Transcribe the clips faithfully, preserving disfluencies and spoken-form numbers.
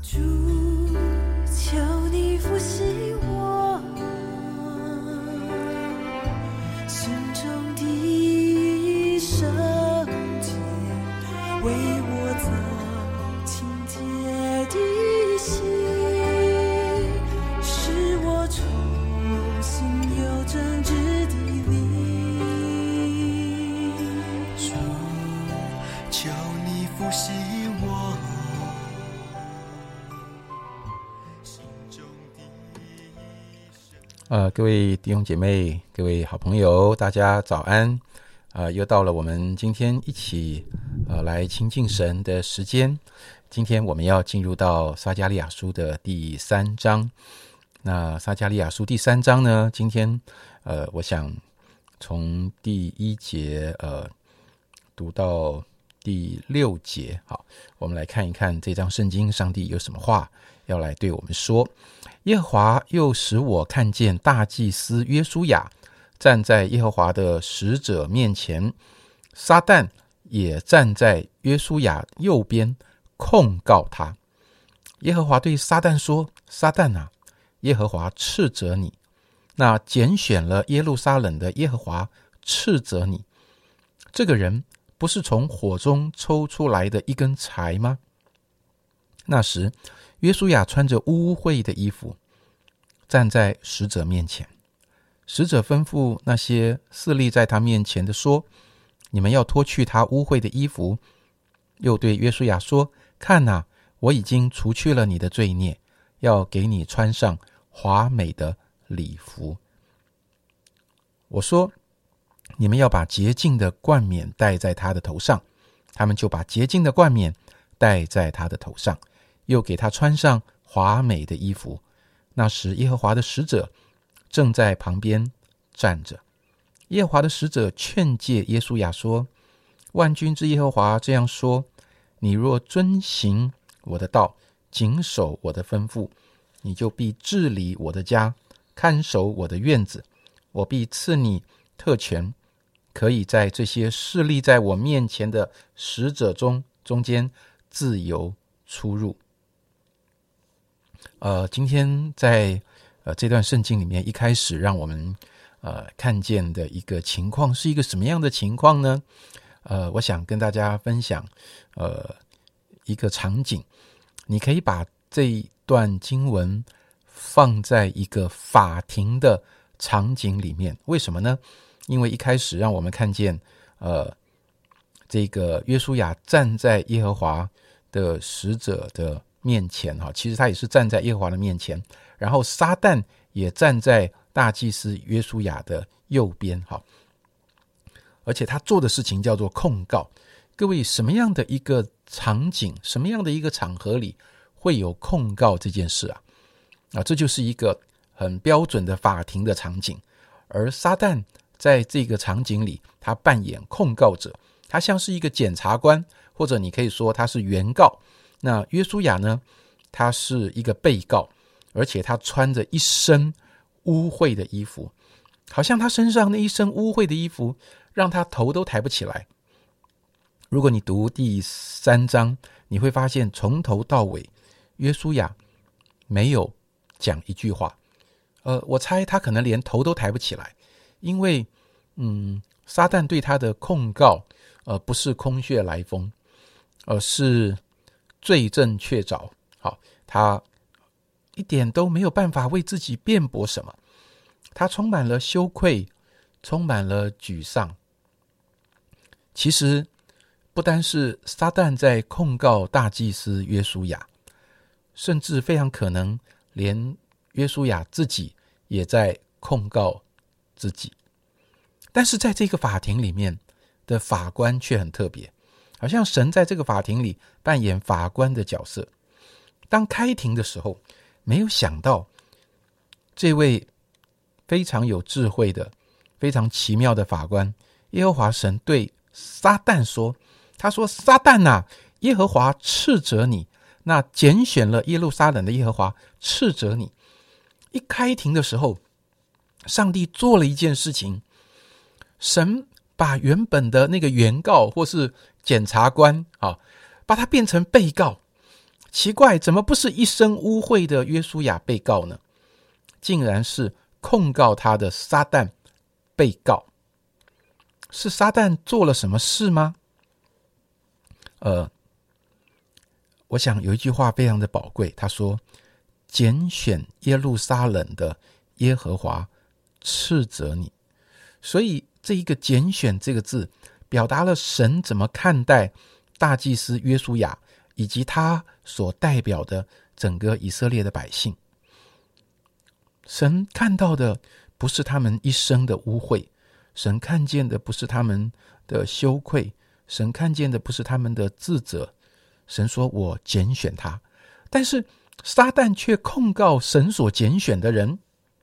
主，求你复兴我心中的圣洁，为我造清洁的心，使我重新有正直的灵。 主，求你复兴我呃，各位弟兄姐妹，各位好朋友，大家早安！呃，又到了我们今天一起呃来亲近神的时间。今天我们要进入到撒迦利亚书的第三章。那撒迦利亚书第三章呢，今天呃，我想从第一节呃读到第六节。好，我们来看一看这章圣经，上帝有什么话要来对我们说。耶和华又使我看见大祭司约书亚站在耶和华的使者面前，撒旦也站在约书亚右边控告他。耶和华对撒旦说：撒旦啊，耶和华斥责你，那拣选了耶路撒冷的耶和华斥责你。这个人不是从火中抽出来的一根柴吗？那时约书亚穿着污秽的衣服站在使者面前，使者吩咐那些侍立在他面前的说：你们要脱去他污秽的衣服。又对约书亚说：看啊，我已经除去了你的罪孽，要给你穿上华美的礼服。我说：你们要把洁净的冠冕戴在他的头上。他们就把洁净的冠冕戴在他的头上，又给他穿上华美的衣服。那时耶和华的使者正在旁边站着。耶和华的使者劝诫约书亚说：万军之耶和华这样说，你若遵行我的道，谨守我的吩咐，你就必治理我的家，看守我的院子。我必赐你特权，可以在这些侍立在我面前的使者中中间自由出入。呃，今天在呃这段圣经里面，一开始让我们呃看见的一个情况是一个什么样的情况呢？呃，我想跟大家分享呃一个场景。你可以把这一段经文放在一个法庭的场景里面。为什么呢？因为一开始让我们看见呃这个约书亚站在耶和华的使者的面前，其实他也是站在耶和华的面前，然后撒旦也站在大祭司约书亚的右边，而且他做的事情叫做控告。各位，什么样的一个场景，什么样的一个场合里会有控告这件事啊？啊，这就是一个很标准的法庭的场景。而撒旦在这个场景里，他扮演控告者，他像是一个检察官，或者你可以说他是原告。那约书亚呢，他是一个被告，而且他穿着一身污秽的衣服，好像他身上那一身污秽的衣服让他头都抬不起来。如果你读第三章，你会发现从头到尾约书亚没有讲一句话。呃，我猜他可能连头都抬不起来，因为嗯，撒旦对他的控告呃不是空穴来风，而是罪证确凿。好，他一点都没有办法为自己辩驳什么，他充满了羞愧，充满了沮丧。其实不单是撒旦在控告大祭司约书亚，甚至非常可能连约书亚自己也在控告自己。但是在这个法庭里面的法官却很特别，好像神在这个法庭里扮演法官的角色。当开庭的时候，没有想到这位非常有智慧的、非常奇妙的法官耶和华神对撒旦说，他说：撒旦啊，耶和华斥责你，那拣选了耶路撒冷的耶和华斥责你。一开庭的时候，上帝做了一件事情，神把原本的那个原告或是检察官啊，把他变成被告。 奇怪，怎么不是一生污秽的约书亚被告呢？竟然是控告他的撒旦被告。是撒旦做了什么事吗？呃，我想有一句话非常的宝贵，他说：拣选耶路撒冷的耶和华斥责你。所以这一个拣选这个字表达了神怎么看待大祭司约书亚以及他所代表的整个以色列的百姓。神看到的不是他们一生的污秽，神看见的不是他们的羞愧，神看见的不是他们的自责。神说我拣选他，但是撒旦却控告神所拣选的人，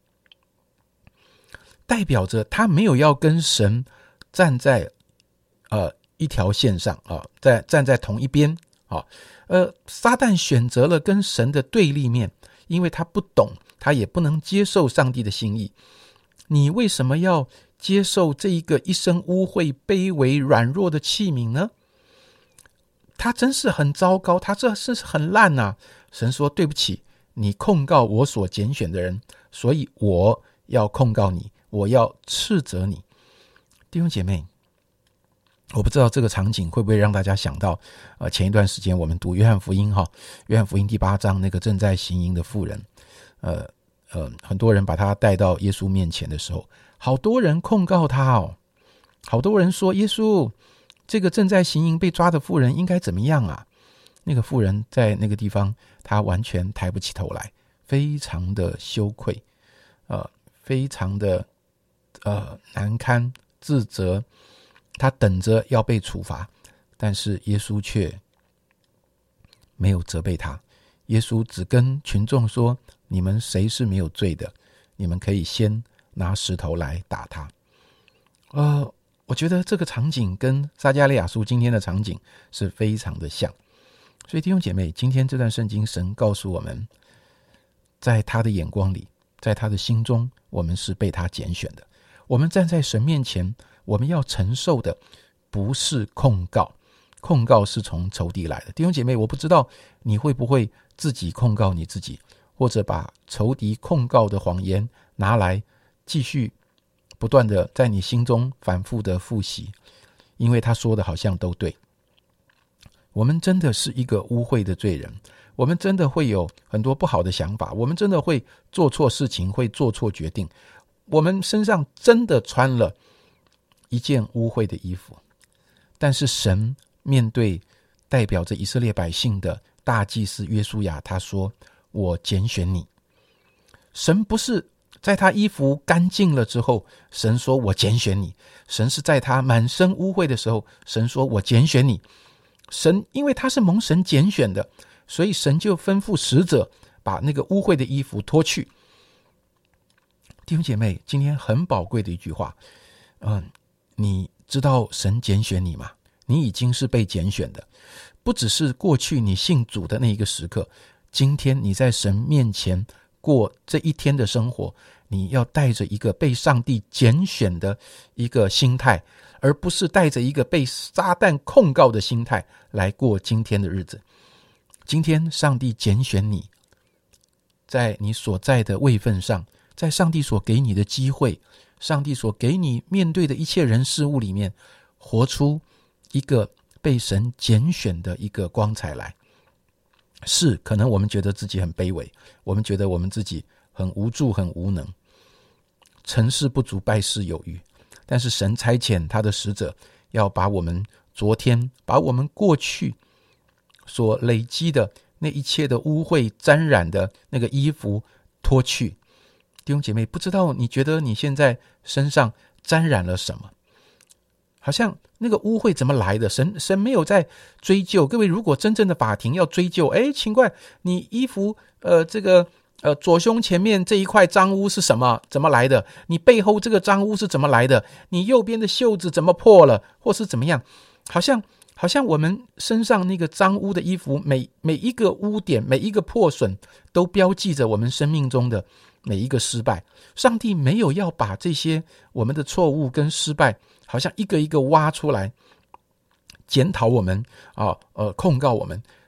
代表着他没有要跟神站在呃一条线上啊，在站在同一边啊。呃，撒旦选择了跟神的对立面，因为他不懂，他也不能接受上帝的心意。你为什么要接受这一个一生污秽、卑微、软弱的器皿呢？他真是很糟糕，他这是很烂啊！神说对不起，你控告我所拣选的人，所以我要控告你，我要斥责你。弟兄姐妹，我不知道这个场景会不会让大家想到呃，前一段时间我们读约翰福音哈，约翰福音第八章那个正在行淫的妇人，呃呃，很多人把他带到耶稣面前的时候，好多人控告他哦，好多人说耶稣，这个正在行淫被抓的妇人应该怎么样啊？那个妇人在那个地方，她完全抬不起头来，非常的羞愧，呃，非常的呃难堪、自责，她等着要被处罚，但是耶稣却没有责备她。耶稣只跟群众说：你们谁是没有罪的，你们可以先拿石头来打他。呃，我觉得这个场景跟撒迦利亚书今天的场景是非常的像。所以弟兄姐妹，今天这段圣经神告诉我们，在他的眼光里，在他的心中，我们是被他拣选的。我们站在神面前，我们要承受的不是控告，控告是从仇敌来的。弟兄姐妹，我不知道你会不会自己控告你自己，或者把仇敌控告的谎言拿来继续不断的在你心中反复的复习，因为他说的好像都对。我们真的是一个污秽的罪人，我们真的会有很多不好的想法，我们真的会做错事情，会做错决定，我们身上真的穿了一件污秽的衣服。但是神面对代表着以色列百姓的大祭司约书亚，他说我拣选你。神不是在他衣服干净了之后，神说我拣选你，神是在他满身污秽的时候，神说我拣选你。神因为他是蒙神拣选的，所以神就吩咐使者把那个污秽的衣服脱去。弟兄姐妹，今天很宝贵的一句话，嗯，你知道神拣选你吗？你已经是被拣选的，不只是过去你信主的那一个时刻，今天你在神面前过这一天的生活，你要带着一个被上帝拣选的一个心态，而不是带着一个被撒旦控告的心态来过今天的日子。今天上帝拣选你，在你所在的位分上，在上帝所给你的机会，上帝所给你面对的一切人事物里面，活出一个被神拣选的一个光彩来。是，可能我们觉得自己很卑微，我们觉得我们自己很无助很无能，成事不足败事有余，但是神差遣他的使者要把我们昨天把我们过去所累积的那一切的污秽沾染的那个衣服脱去。弟兄姐妹，不知道你觉得你现在身上沾染了什么？好像那个污秽怎么来的？神神没有在追究。各位，如果真正的法庭要追究，哎，奇怪，你衣服呃这个呃左胸前面这一块脏污是什么？怎么来的？你背后这个脏污是怎么来的？你右边的袖子怎么破了，或是怎么样？好像好像我们身上那个脏污的衣服，每每一个污点，每一个破损，都标记着我们生命中的每一个失败。上帝没有要把这些我们的错误跟失败好像一个一个挖出来检讨我们啊，呃，控告我们。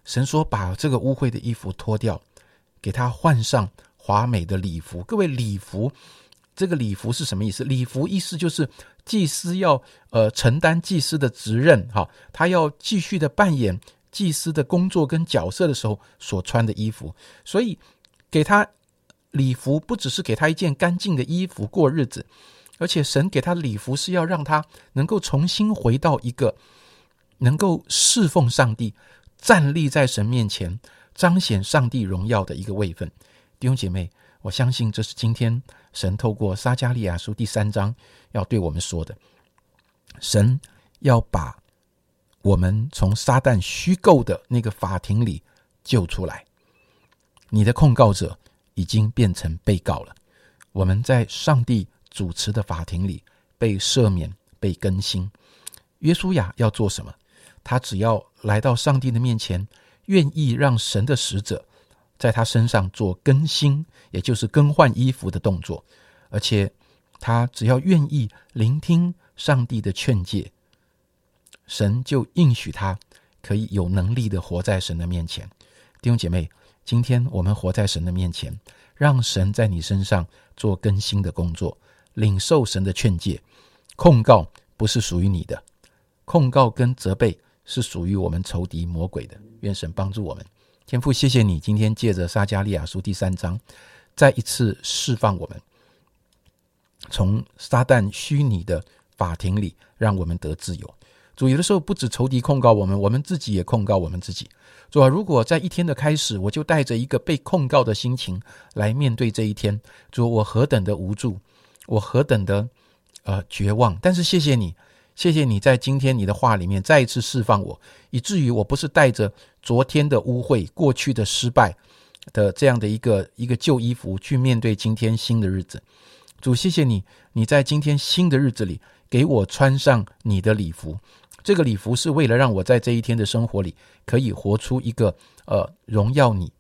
神说把这个污秽的衣服脱掉，给他换上华美的礼服。各位，礼服这个礼服是什么意思？礼服意思就是祭司要呃承担祭司的职任，哈，他要继续的扮演祭司的工作跟角色的时候所穿的衣服。所以给他礼服不只是给他一件干净的衣服过日子，而且神给他的礼服是要让他能够重新回到一个能够侍奉上帝，站立在神面前彰显上帝荣耀的一个位分。弟兄姐妹，我相信这是今天神透过撒迦利亚书第三章要对我们说的。神要把我们从撒旦虚构的那个法庭里救出来。你的控告者已经变成被告了，我们在上帝主持的法庭里被赦免，被更新。约书亚要做什么？他只要来到上帝的面前，愿意让神的使者在他身上做更新，也就是更换衣服的动作，而且他只要愿意聆听上帝的劝诫，神就应许他可以有能力的活在神的面前。弟兄姐妹，今天我们活在神的面前，让神在你身上做更新的工作，领受神的劝诫。控告不是属于你的，控告跟责备是属于我们仇敌魔鬼的。愿神帮助我们。天父，谢谢你今天借着撒迦利亚书第三章再一次释放我们，从撒旦虚拟的法庭里让我们得自由。主，有的时候不止仇敌控告我们，我们自己也控告我们自己。主啊，如果在一天的开始我就带着一个被控告的心情来面对这一天，主，我何等的无助，我何等的呃绝望。但是谢谢你，谢谢你在今天你的话里面再一次释放我，以至于我不是带着昨天的污秽，过去的失败的这样的一个一个旧衣服去面对今天新的日子。主，谢谢你，你在今天新的日子里给我穿上你的礼服。这个礼服是为了让我在这一天的生活里可以活出一个呃荣耀你，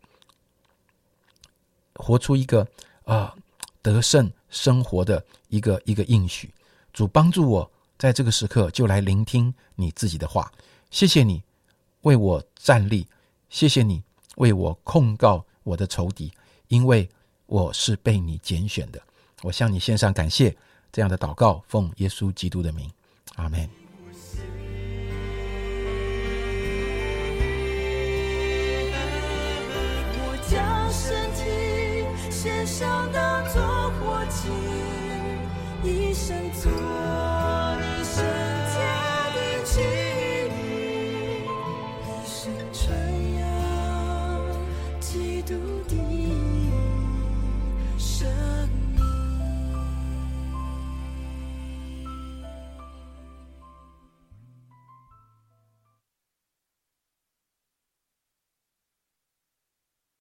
活出一个呃得胜生活的一个一个应许。主，帮助我在这个时刻就来聆听你自己的话。谢谢你为我站立，谢谢你为我控告我的仇敌，因为我是被你拣选的。我向你献上感谢，这样的祷告奉耶稣基督的名，阿们。 将身体献上当作活祭，一生做你圣洁的器皿，一生传扬基督的圣